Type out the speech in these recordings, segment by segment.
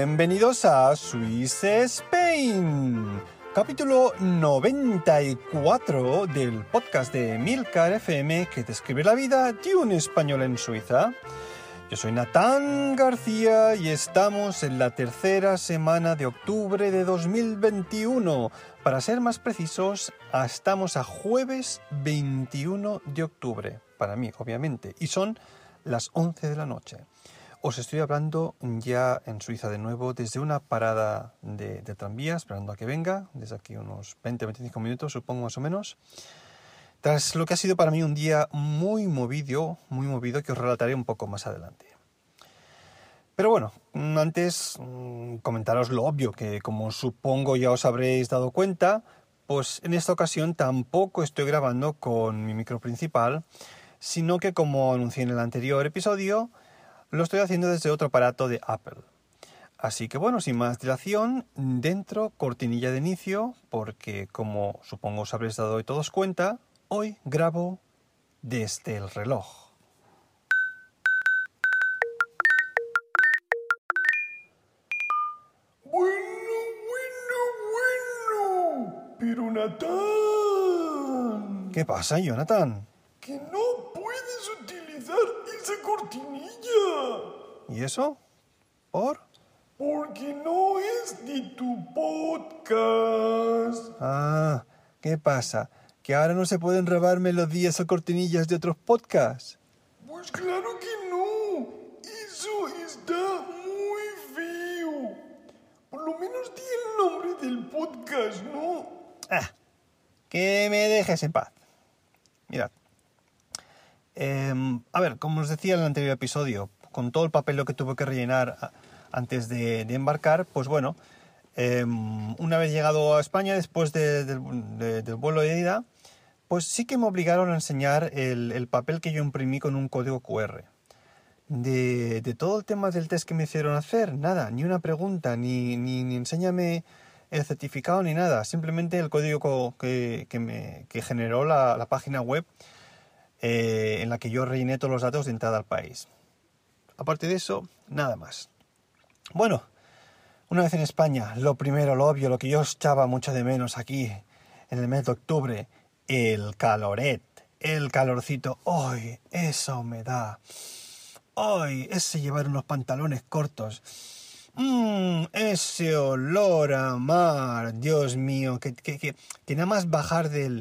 Bienvenidos a Swiss Spain, capítulo 94 del podcast de Milcar FM que describe la vida de un español en Suiza. Yo soy Natán García y estamos en la tercera semana de octubre de 2021. Para ser más precisos, estamos a jueves 21 de octubre, para mí, obviamente, y son las 11 de la noche. Os estoy hablando ya en Suiza de nuevo desde una parada de tranvía, esperando a que venga, desde aquí unos 20-25 minutos, supongo más o menos. Tras lo que ha sido para mí un día muy movido, que os relataré un poco más adelante. Pero bueno, antes comentaros lo obvio, que como supongo ya os habréis dado cuenta, pues en esta ocasión tampoco estoy grabando con mi micro principal, sino que como anuncié en el anterior episodio, lo estoy haciendo desde otro aparato de Apple. Así que bueno, sin más dilación, dentro cortinilla de inicio, porque como supongo os habréis dado todos cuenta, hoy grabo desde el reloj. Bueno. Pero Natán. ¿Qué pasa, Jonathan? Que no puedes utilizar esa cortinilla. ¿Y eso? ¿Por? Porque no es de tu podcast. Ah, ¿qué pasa? ¿Que ahora no se pueden grabar melodías o cortinillas de otros podcasts? Pues claro que no. Eso está muy feo. Por lo menos di el nombre del podcast, ¿no? Que me dejes en paz. Mirad. A ver, como os decía en el anterior episodio, con todo el papel lo que tuve que rellenar antes de embarcar, pues bueno, una vez llegado a España, después del vuelo de ida, pues sí que me obligaron a enseñar el papel que yo imprimí con un código QR. De todo el tema del test que me hicieron hacer, nada, ni una pregunta, ni enséñame el certificado ni nada, simplemente el código que generó la página web en la que yo rellené todos los datos de entrada al país. Aparte de eso, nada más. Bueno, una vez en España, lo primero, lo obvio, lo que yo echaba mucho de menos aquí en el mes de octubre, el caloret, el calorcito. ¡Ay, esa humedad! ¡Ay, ese llevar unos pantalones cortos! Ese olor a mar, Dios mío, que nada más bajar del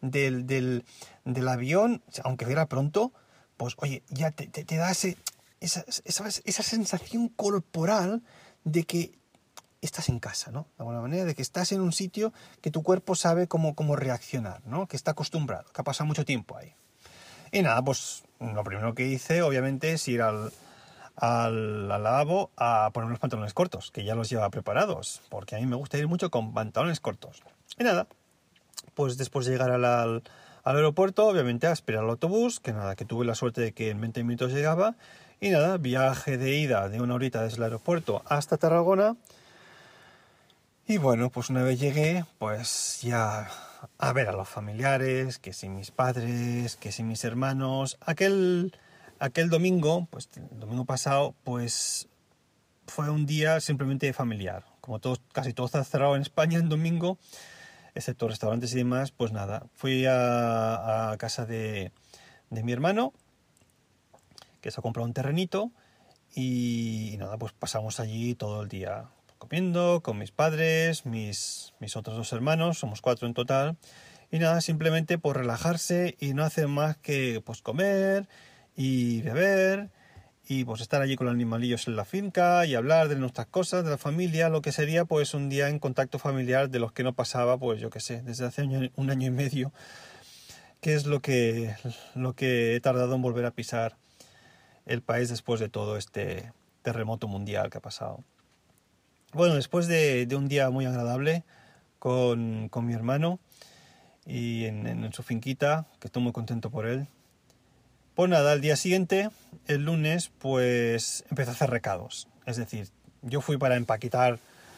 avión, aunque fuera pronto, pues oye, ya te da esa sensación corporal de que estás en casa, ¿no? De alguna manera, de que estás en un sitio que tu cuerpo sabe cómo reaccionar, ¿no? Que está acostumbrado, que ha pasado mucho tiempo ahí. Y nada, pues lo primero que hice, obviamente, es ir al lavabo a poner los pantalones cortos, que ya los llevaba preparados, porque a mí me gusta ir mucho con pantalones cortos. Y nada, pues después de llegar al aeropuerto, obviamente a esperar al autobús, que nada, que tuve la suerte de que en 20 minutos llegaba, y nada, viaje de ida de una horita desde el aeropuerto hasta Tarragona. Y bueno, pues una vez llegué, pues ya a ver a los familiares, que si mis padres, que si mis hermanos. Aquel domingo, pues el domingo pasado, pues fue un día simplemente familiar. Como casi todo está cerrado en España en domingo, excepto restaurantes y demás, pues nada. Fui a casa de mi hermano, que se ha comprado un terrenito, y nada, pues pasamos allí todo el día comiendo con mis padres, mis otros dos hermanos, somos 4 en total, y nada, simplemente por relajarse y no hacer más que pues comer y beber y pues estar allí con los animalillos en la finca y hablar de nuestras cosas, de la familia, lo que sería pues un día en contacto familiar de los que no pasaba, pues yo qué sé, desde hace un año y medio, que es lo que he tardado en volver a pisar el país después de todo este terremoto mundial que ha pasado. Bueno, después de un día muy agradable con mi hermano y en su finquita, que estoy muy contento por él, pues nada, al día siguiente, el lunes, pues empecé a hacer recados. Es decir, yo fui para empaquetar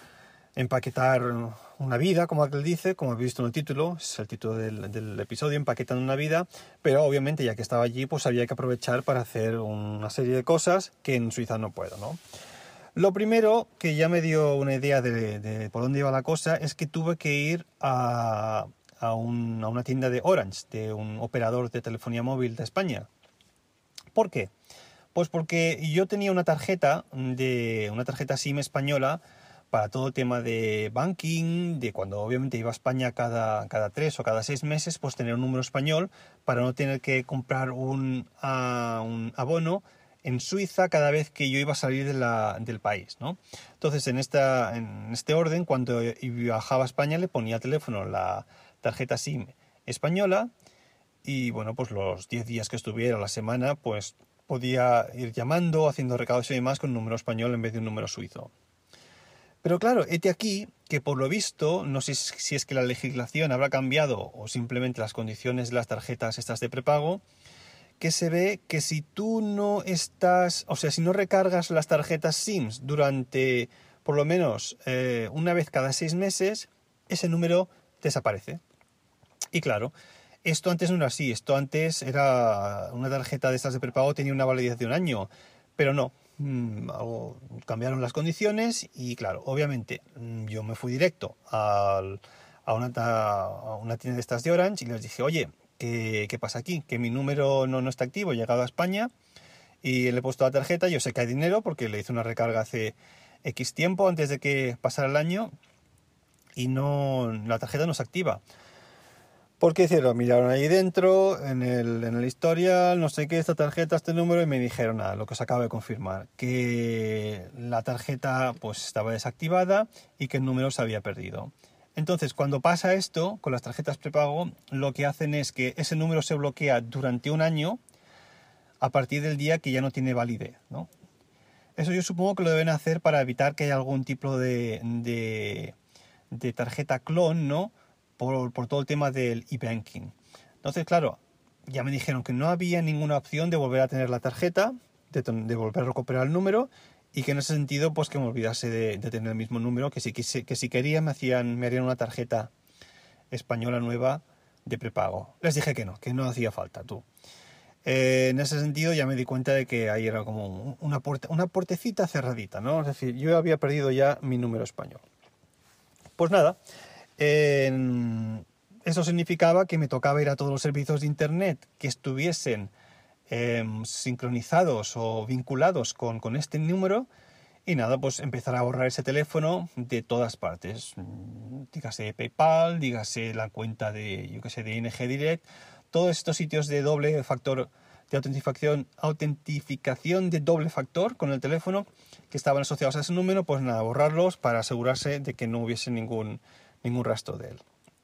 una vida, como aquel dice, como habéis visto en el título, es el título del episodio, empaquetando una vida, pero obviamente ya que estaba allí, pues había que aprovechar para hacer una serie de cosas que en Suiza no puedo, ¿no? Lo primero, que ya me dio una idea de por dónde iba la cosa, es que tuve que ir a una tienda de Orange, de un operador de telefonía móvil de España. ¿Por qué? Pues porque yo tenía una tarjeta SIM española para todo el tema de banking, de cuando obviamente iba a España cada 3 o cada 6 meses, pues tener un número español para no tener que comprar un abono en Suiza cada vez que yo iba a salir del país, ¿no? Entonces, en este orden, cuando viajaba a España, le ponía al teléfono la tarjeta SIM española y, bueno, pues los 10 días que estuviera, la semana, pues podía ir llamando, haciendo recados y demás con un número español en vez de un número suizo. Pero claro, hete aquí que por lo visto, no sé si es que la legislación habrá cambiado o simplemente las condiciones de las tarjetas estas de prepago, que se ve que si tú no estás, o sea, si no recargas las tarjetas SIMs durante por lo menos una vez cada 6 meses, ese número desaparece. Y claro, esto antes no era así, esto antes era una tarjeta de estas de prepago, tenía una validez de un año, pero no. Cambiaron las condiciones y claro, obviamente yo me fui directo a una tienda de estas de Orange y les dije, oye, ¿qué pasa aquí? Que mi número no está activo, he llegado a España y le he puesto la tarjeta, yo sé que hay dinero porque le hice una recarga hace X tiempo antes de que pasara el año y la tarjeta no se activa. ¿Por qué hicieron? Miraron ahí dentro, en el historial, no sé qué, esta tarjeta, este número, y me dijeron nada, lo que os acabo de confirmar, que la tarjeta pues estaba desactivada y que el número se había perdido. Entonces, cuando pasa esto, con las tarjetas prepago, lo que hacen es que ese número se bloquea durante un año a partir del día que ya no tiene validez, ¿no? Eso yo supongo que lo deben hacer para evitar que haya algún tipo de tarjeta clon, ¿no? Por todo el tema del e-banking. Entonces, claro, ya me dijeron que no había ninguna opción de volver a tener la tarjeta, de volver a recuperar el número, y que en ese sentido, pues que me olvidase de tener el mismo número, que si quería me harían una tarjeta española nueva de prepago. Les dije que no hacía falta, tú. En ese sentido ya me di cuenta de que ahí era como una puertecita cerradita, ¿no? Es decir, yo había perdido ya mi número español. Pues nada, eso significaba que me tocaba ir a todos los servicios de internet que estuviesen sincronizados o vinculados con este número y nada, pues empezar a borrar ese teléfono de todas partes. Dígase PayPal, dígase la cuenta de ING Direct, todos estos sitios de doble factor de autentificación de doble factor con el teléfono que estaban asociados a ese número, pues nada, borrarlos para asegurarse de que no hubiese ningún rastro de él.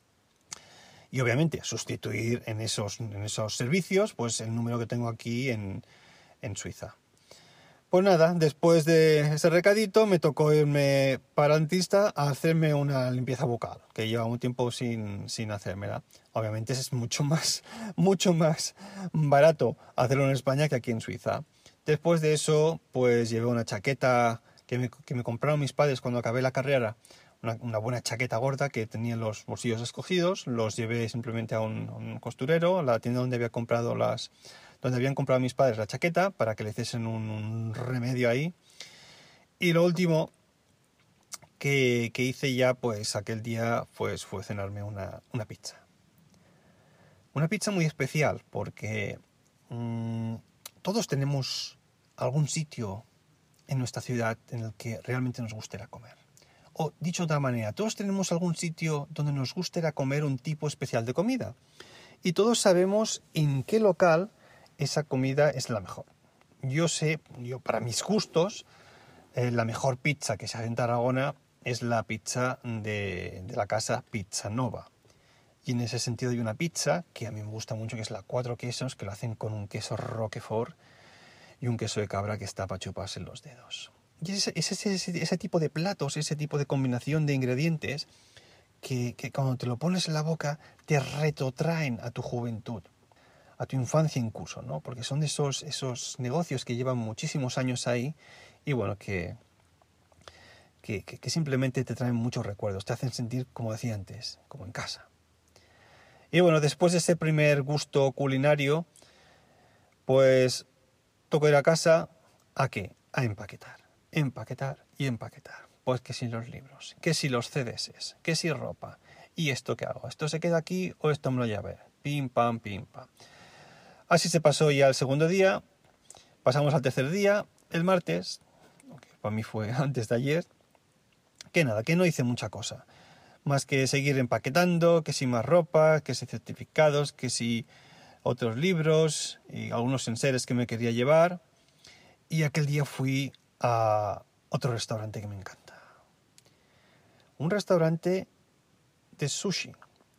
Y obviamente sustituir en esos servicios pues el número que tengo aquí en Suiza. Pues nada, después de ese recadito me tocó irme para el dentista a hacerme una limpieza bucal, que lleva un tiempo sin hacérmela. Obviamente es mucho más barato hacerlo en España que aquí en Suiza. Después de eso, pues llevé una chaqueta que me compraron mis padres cuando acabé la carrera, una buena chaqueta gorda que tenía los bolsillos escogidos. Los llevé simplemente a un costurero, a la tienda donde habían comprado mis padres la chaqueta, para que le hiciesen un remedio ahí. Y lo último que hice ya, pues aquel día, pues fue cenarme una pizza. Una pizza muy especial, porque todos tenemos algún sitio en nuestra ciudad en el que realmente nos guste ir a comer. O, dicho de otra manera, todos tenemos algún sitio donde nos guste ir a comer un tipo especial de comida. Y todos sabemos en qué local esa comida es la mejor. Yo para mis gustos, la mejor pizza que se hace en Tarragona es la pizza de la casa Pizza Nova. Y en ese sentido hay una pizza que a mí me gusta mucho, que es la 4 quesos, que lo hacen con un queso Roquefort y un queso de cabra que está para chuparse los dedos. Y es ese tipo de platos, ese tipo de combinación de ingredientes que cuando te lo pones en la boca te retrotraen a tu juventud, a tu infancia incluso, ¿no? Porque son de esos negocios que llevan muchísimos años ahí y bueno, que simplemente te traen muchos recuerdos, te hacen sentir, como decía antes, como en casa. Y bueno, después de ese primer gusto culinario, pues tocó ir a casa, ¿a qué? A empaquetar. empaquetar y empaquetar. Pues que si los libros, que si los CDs, que si ropa. ¿Y esto qué hago? ¿Esto se queda aquí o esto me lo llevo? Pim, pam, pim, pam. Así se pasó ya el segundo día. Pasamos al tercer día, el martes, que para mí fue antes de ayer. Que nada, que no hice mucha cosa. Más que seguir empaquetando, que si más ropa, que si certificados, que si otros libros y algunos enseres que me quería llevar. Y aquel día fui a otro restaurante que me encanta. Un restaurante de sushi.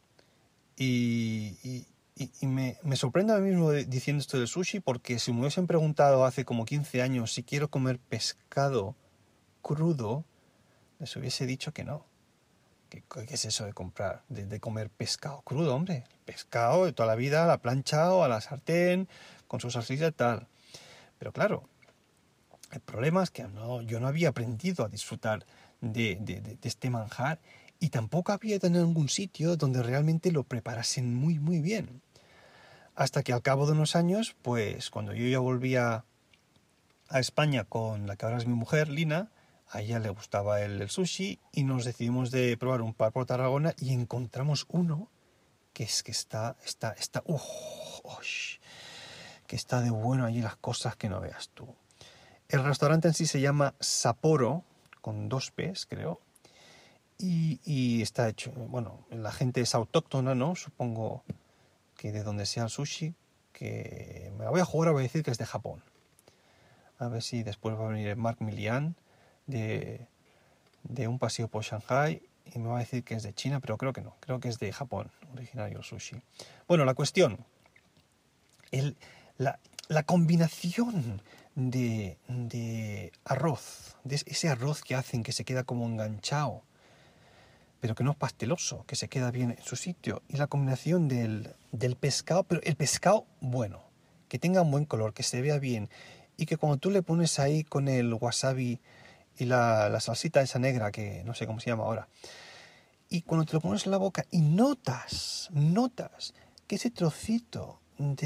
Y me sorprende a mí mismo diciendo esto del sushi, porque si me hubiesen preguntado hace como 15 años si quiero comer pescado crudo, les hubiese dicho que no. ¿Qué es eso de comprar, de comer pescado crudo, hombre? Pescado de toda la vida, a la plancha o a la sartén, con su salsilla y tal. Pero claro, el problema es que yo no había aprendido a disfrutar de este manjar y tampoco había tenido ningún sitio donde realmente lo preparasen muy, muy bien. Hasta que al cabo de unos años, pues cuando yo ya volvía a España con la que ahora es mi mujer, Lina, a ella le gustaba el sushi y nos decidimos de probar un par por Tarragona y encontramos uno que es que está que está de bueno allí las cosas que no veas tú. El restaurante en sí se llama Sapporo, con 2 P's, creo. Y está hecho, bueno, la gente es autóctona, ¿no? Supongo que de donde sea el sushi, que me la voy a jugar, voy a decir que es de Japón. A ver si después va a venir el Mark Milian de un paseo por Shanghai y me va a decir que es de China, pero creo que no, creo que es de Japón, originario el sushi. Bueno, la cuestión, la combinación de arroz, de ese arroz que hacen que se queda como enganchado, pero que no es pasteloso, que se queda bien en su sitio, y la combinación del pescado, pero el pescado bueno, que tenga un buen color, que se vea bien, y que cuando tú le pones ahí con el wasabi y la salsita esa negra, que no sé cómo se llama ahora, y cuando te lo pones en la boca y notas que ese trocito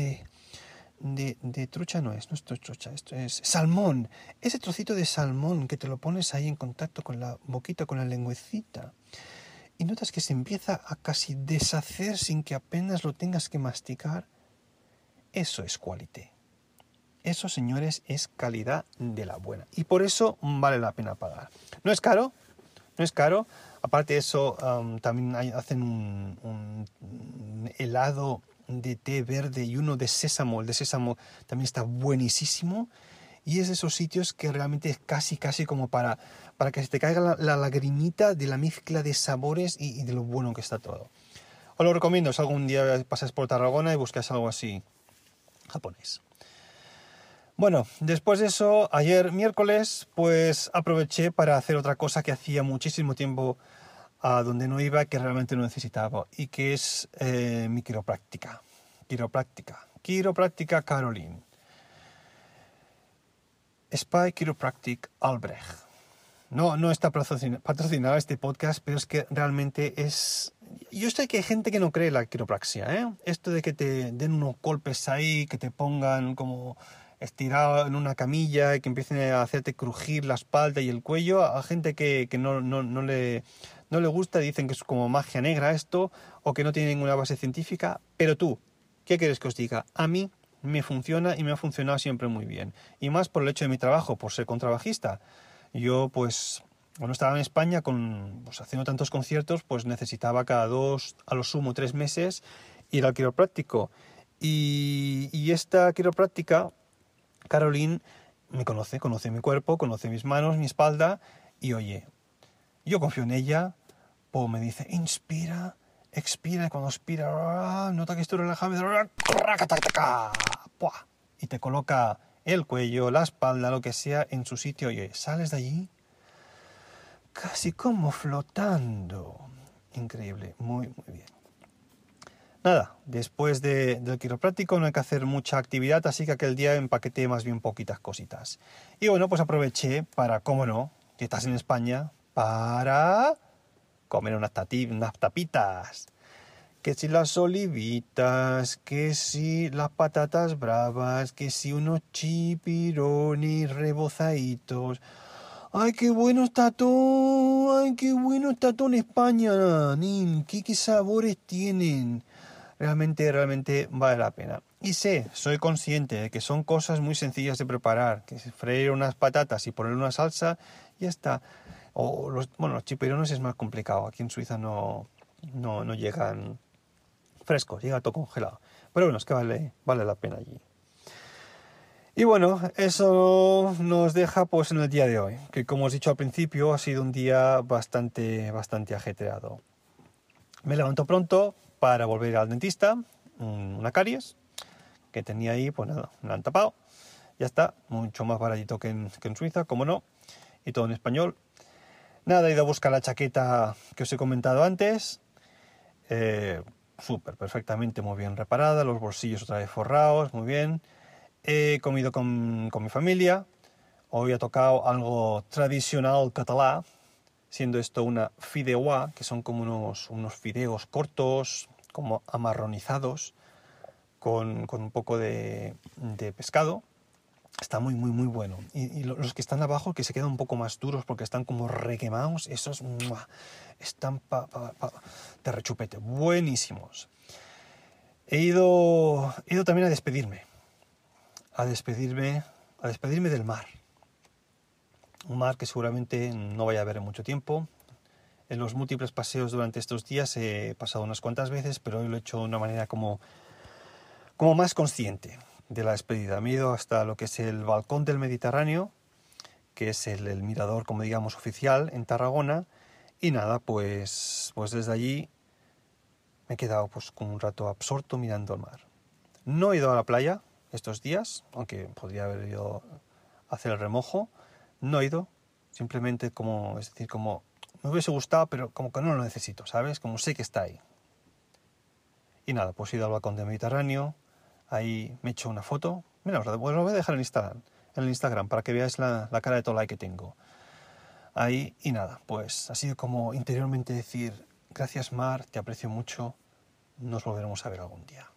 de trucha no es trucha, esto es salmón, ese trocito de salmón que te lo pones ahí en contacto con la boquita, con la lengüecita, y notas que se empieza a casi deshacer sin que apenas lo tengas que masticar, eso es qualité. Eso, señores, es calidad de la buena. Y por eso vale la pena pagar. No es caro. Aparte de eso, también hacen un helado de té verde y uno de sésamo. El de sésamo también está buenísimo. Y es de esos sitios que realmente es casi como para que se te caiga la lagrimita de la mezcla de sabores y de lo bueno que está todo. Os lo recomiendo si algún día pasas por Tarragona y buscas algo así japonés. Bueno, después de eso, ayer miércoles, pues aproveché para hacer otra cosa que hacía muchísimo tiempo a donde no iba, que realmente no necesitaba, y que es mi quiropráctica. Quiropráctica Caroline. Spy Chiropractic Albrecht. No está patrocinado este podcast, pero es que realmente es... Yo sé que hay gente que no cree en la quiropraxia, ¿eh? Esto de que te den unos golpes ahí, que te pongan como estirado en una camilla y que empiecen a hacerte crujir la espalda y el cuello, a gente que no le gusta, dicen que es como magia negra esto, o que no tiene ninguna base científica, pero tú, ¿qué quieres que os diga? A mí me funciona y me ha funcionado siempre muy bien, y más por el hecho de mi trabajo, por ser contrabajista. Yo, pues, cuando estaba en España haciendo tantos conciertos, pues necesitaba cada 2, a lo sumo 3 meses, ir al quiropráctico. Y esta quiropráctica, Caroline, me conoce mi cuerpo, conoce mis manos, mi espalda, y oye, yo confío en ella, pues me dice, inspira, expira, y cuando expira, nota que estoy relajado, y te coloca el cuello, la espalda, lo que sea, en su sitio, y sales de allí casi como flotando. Increíble, muy bien. Nada, después del quiropráctico no hay que hacer mucha actividad, así que aquel día empaqueté más bien poquitas cositas. Y bueno, pues aproveché para, cómo no, que estás en España, para comer unas tapitas. Que si las olivitas, que si las patatas bravas, que si unos chipirones rebozaditos. ¡Ay, qué bueno está todo! ¡Ay, qué bueno está todo en España! ¡Nin! ¿Qué sabores tienen? Realmente vale la pena. Y soy consciente de que son cosas muy sencillas de preparar, que es freír unas patatas y poner una salsa, y ya está. Los chipirones es más complicado. Aquí en Suiza no llegan frescos, llega todo congelado. Pero bueno, es que vale la pena allí. Y bueno, eso nos deja pues en el día de hoy, que como os he dicho al principio, ha sido un día bastante ajetreado. Me levanto pronto para volver al dentista, una caries que tenía ahí, pues nada, me la han tapado. Ya está, mucho más baratito que en Suiza, como no, y todo en español. Nada, he ido a buscar la chaqueta que os he comentado antes, súper, perfectamente, muy bien reparada, los bolsillos otra vez forrados, muy bien. He comido con mi familia, hoy ha tocado algo tradicional catalán, siendo esto una fideuà, que son como unos fideos cortos, como amarronizados, con un poco de pescado. Está muy bueno. Y los que están abajo, que se quedan un poco más duros porque están como requemados, esos están de rechupete, buenísimos. He ido también a despedirme del mar. Un mar que seguramente no vaya a ver en mucho tiempo. En los múltiples paseos durante estos días he pasado unas cuantas veces, pero hoy lo he hecho de una manera como más consciente de la despedida. Me he ido hasta lo que es el balcón del Mediterráneo, que es el mirador, como digamos, oficial en Tarragona, y nada, pues desde allí me he quedado pues con un rato absorto mirando el mar. No he ido a la playa estos días, aunque podría haber ido a hacer el remojo. No he ido, simplemente como me hubiese gustado, pero como que no lo necesito, ¿sabes? Como sé que está ahí. Y nada, pues he ido al balcón del Mediterráneo, ahí me he hecho una foto. Mira, os lo voy a dejar en el Instagram para que veáis la cara de Tolai que tengo. Ahí, y nada, pues ha sido como interiormente decir, gracias mar, te aprecio mucho, nos volveremos a ver algún día.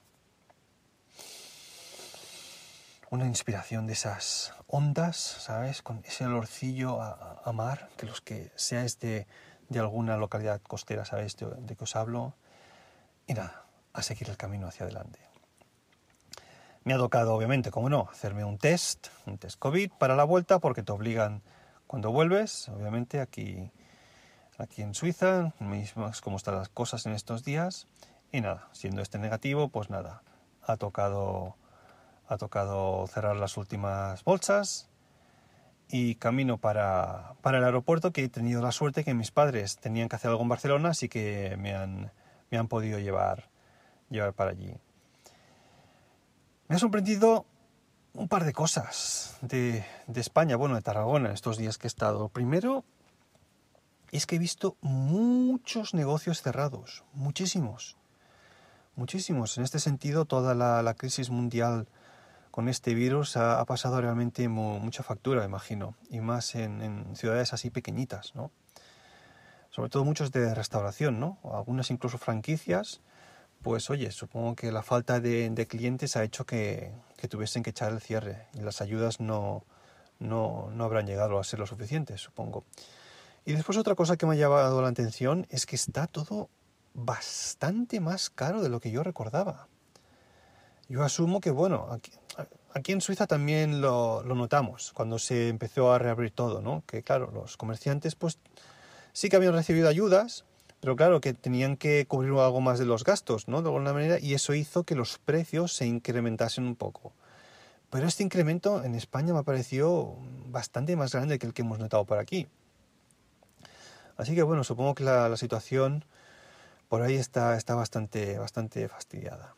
Una inspiración de esas ondas, ¿sabes? Con ese olorcillo a mar, que los que seáis de alguna localidad costera, ¿sabéis de qué os hablo? Y nada, a seguir el camino hacia adelante. Me ha tocado, obviamente, como no, hacerme un test COVID para la vuelta, porque te obligan cuando vuelves, obviamente, aquí en Suiza, mismas como están las cosas en estos días. Y nada, siendo este negativo, pues nada, ha tocado cerrar las últimas bolsas y camino para el aeropuerto, que he tenido la suerte que mis padres tenían que hacer algo en Barcelona, así que me han podido llevar para allí. Me ha sorprendido un par de cosas de España, bueno, de Tarragona, estos días que he estado. Primero, es que he visto muchos negocios cerrados, muchísimos. En este sentido, toda la crisis mundial con este virus ha pasado realmente mucha factura, imagino, y más en ciudades así pequeñitas, ¿no? Sobre todo muchos de restauración, ¿no? Algunas incluso franquicias. Pues oye, supongo que la falta de clientes ha hecho que tuviesen que echar el cierre y las ayudas no habrán llegado a ser lo suficientes, supongo. Y después otra cosa que me ha llamado la atención es que está todo bastante más caro de lo que yo recordaba. Yo asumo que, bueno, aquí en Suiza también lo notamos cuando se empezó a reabrir todo, ¿no? Que claro, los comerciantes pues sí que habían recibido ayudas, pero claro, que tenían que cubrir algo más de los gastos, ¿no? De alguna manera, y eso hizo que los precios se incrementasen un poco. Pero este incremento en España me ha parecido bastante más grande que el que hemos notado por aquí. Así que bueno, supongo que la situación por ahí está bastante fastidiada.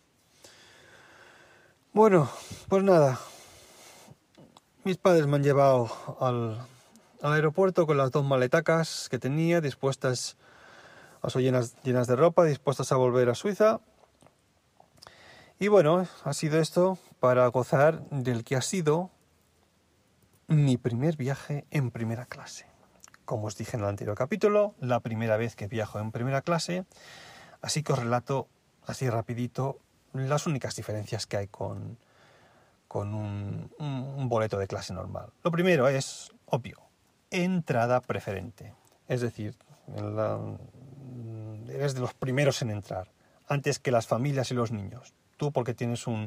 Bueno, pues nada. Mis padres me han llevado al aeropuerto con las 2 maletacas que tenía, dispuestas, llenas de ropa, dispuestas a volver a Suiza. Y bueno, ha sido esto para gozar del que ha sido mi primer viaje en primera clase. Como os dije en el anterior capítulo, la primera vez que viajo en primera clase, así que os relato así rapidito las únicas diferencias que hay con un boleto de clase normal. Lo primero es obvio, entrada preferente. Es decir, eres de los primeros en entrar, antes que las familias y los niños. Tú porque tienes un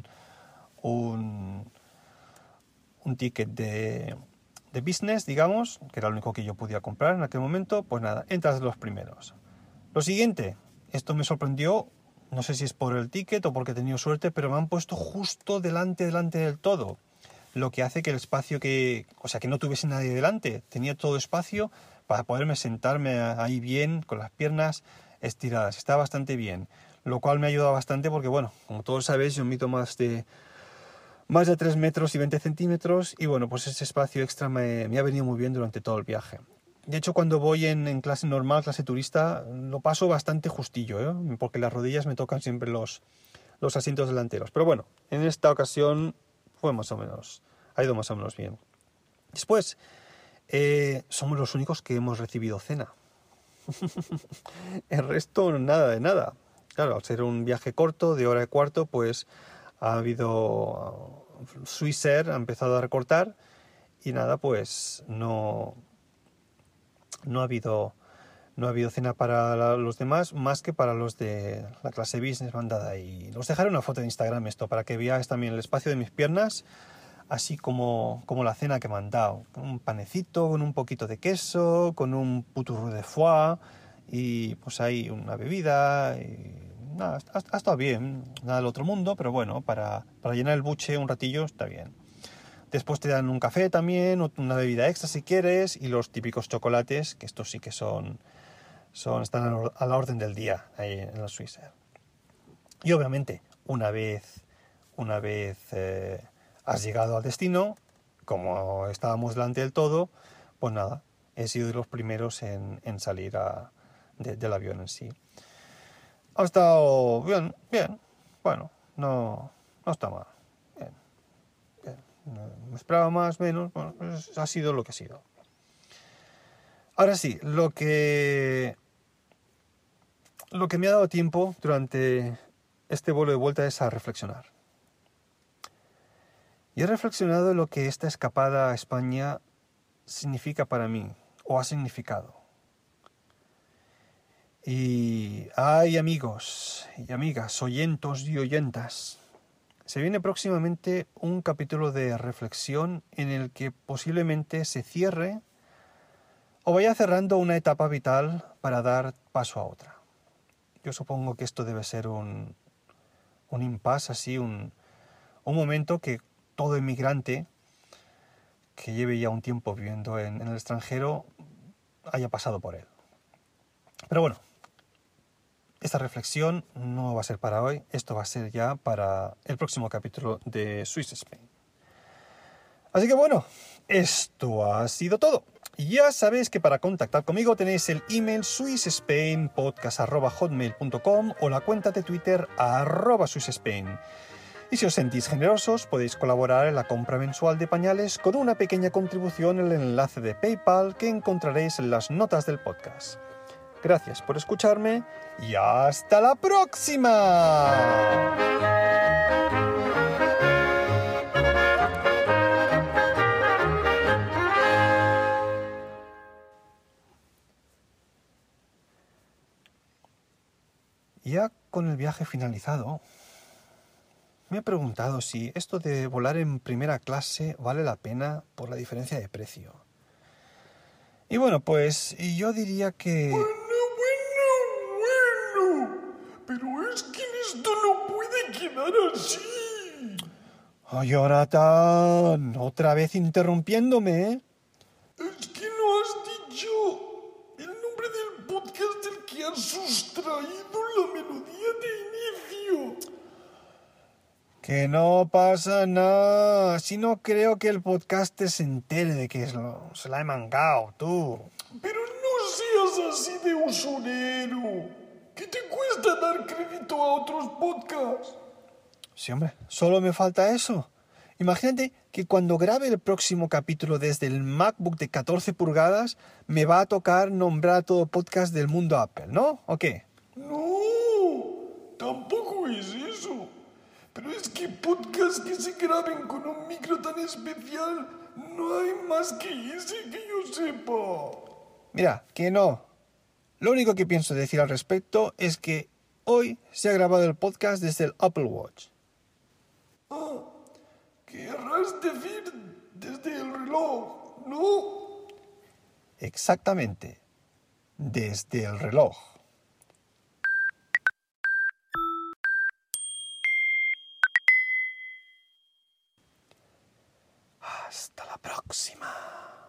ticket de business, digamos, que era lo único que yo podía comprar en aquel momento, pues nada, entras de los primeros. Lo siguiente, esto me sorprendió, no sé si es por el ticket o porque he tenido suerte, pero me han puesto justo delante del todo, lo que hace que el espacio que no tuviese nadie delante, tenía todo espacio para poderme sentarme ahí bien, con las piernas estiradas, está bastante bien, lo cual me ha ayudado bastante porque, bueno, como todos sabéis, yo mido más de 3 metros y 20 centímetros y bueno, pues ese espacio extra me ha venido muy bien durante todo el viaje. De hecho, cuando voy en clase normal, clase turista, lo paso bastante justillo, porque las rodillas me tocan siempre los asientos delanteros. Pero bueno, en esta ocasión ha ido más o menos bien. Después, somos los únicos que hemos recibido cena. El resto, nada de nada. Claro, al ser un viaje corto, de hora y cuarto, pues ha habido... Swissair ha empezado a recortar y nada, pues no ha habido cena para los demás, más que para los de la clase business mandada. Y os dejaré una foto de Instagram esto, para que veáis también el espacio de mis piernas, así como la cena que me han dado. Un panecito con un poquito de queso, con un poutou de foie y pues ahí una bebida. Y nada, ha estado bien, nada del otro mundo, pero bueno, para llenar el buche un ratillo está bien. Después te dan un café también, una bebida extra si quieres, y los típicos chocolates, que estos sí que están a la orden del día ahí en la Swissair. Y obviamente, una vez has llegado al destino, como estábamos delante del todo, pues nada, he sido de los primeros en salir del avión en sí. Ha estado bien, bueno, no está mal. No, me esperaba más, menos, bueno, pues ha sido lo que ha sido. Ahora sí, lo que me ha dado tiempo durante este vuelo de vuelta es a reflexionar. Y he reflexionado en lo que esta escapada a España significa para mí, o ha significado. Y hay amigos y amigas, oyentos y oyentas. Se viene próximamente un capítulo de reflexión en el que posiblemente se cierre o vaya cerrando una etapa vital para dar paso a otra. Yo supongo que esto debe ser un impasse, así, un momento que todo inmigrante que lleve ya un tiempo viviendo en el extranjero haya pasado por él. Pero bueno, esta reflexión no va a ser para hoy, esto va a ser ya para el próximo capítulo de Swiss Spain. Así que bueno, esto ha sido todo. Ya sabéis que para contactar conmigo tenéis el email swissspainpodcast@hotmail.com o la cuenta de Twitter @swissspain. Y si os sentís generosos, podéis colaborar en la compra mensual de pañales con una pequeña contribución en el enlace de PayPal que encontraréis en las notas del podcast. Gracias por escucharme y ¡hasta la próxima! Ya con el viaje finalizado, me he preguntado si esto de volar en primera clase vale la pena por la diferencia de precio. Y bueno, pues yo diría que... Bueno, pero es que esto no puede quedar así. ¡Ay, Jonathan! Otra vez interrumpiéndome, ¿eh? Es que no has dicho el nombre del podcast del que has sustraído la melodía de inicio. Que no pasa nada. Si no creo que el podcaster se entere de que se la he mangado, tú. Pero no seas así de usurero. ¿Qué te cuesta dar crédito a otros podcasts? Sí, hombre, solo me falta eso. Imagínate que cuando grabe el próximo capítulo desde el MacBook de 14 pulgadas, me va a tocar nombrar todo podcast del mundo Apple, ¿no? ¿O qué? No, tampoco es eso. Pero es que podcasts que se graben con un micro tan especial No hay más que ese que yo sepa. Mira, que no. Lo único que pienso decir al respecto es que hoy se ha grabado el podcast desde el Apple Watch. Ah, querrás decir desde el reloj, ¿no? Exactamente, desde el reloj. Hasta la próxima.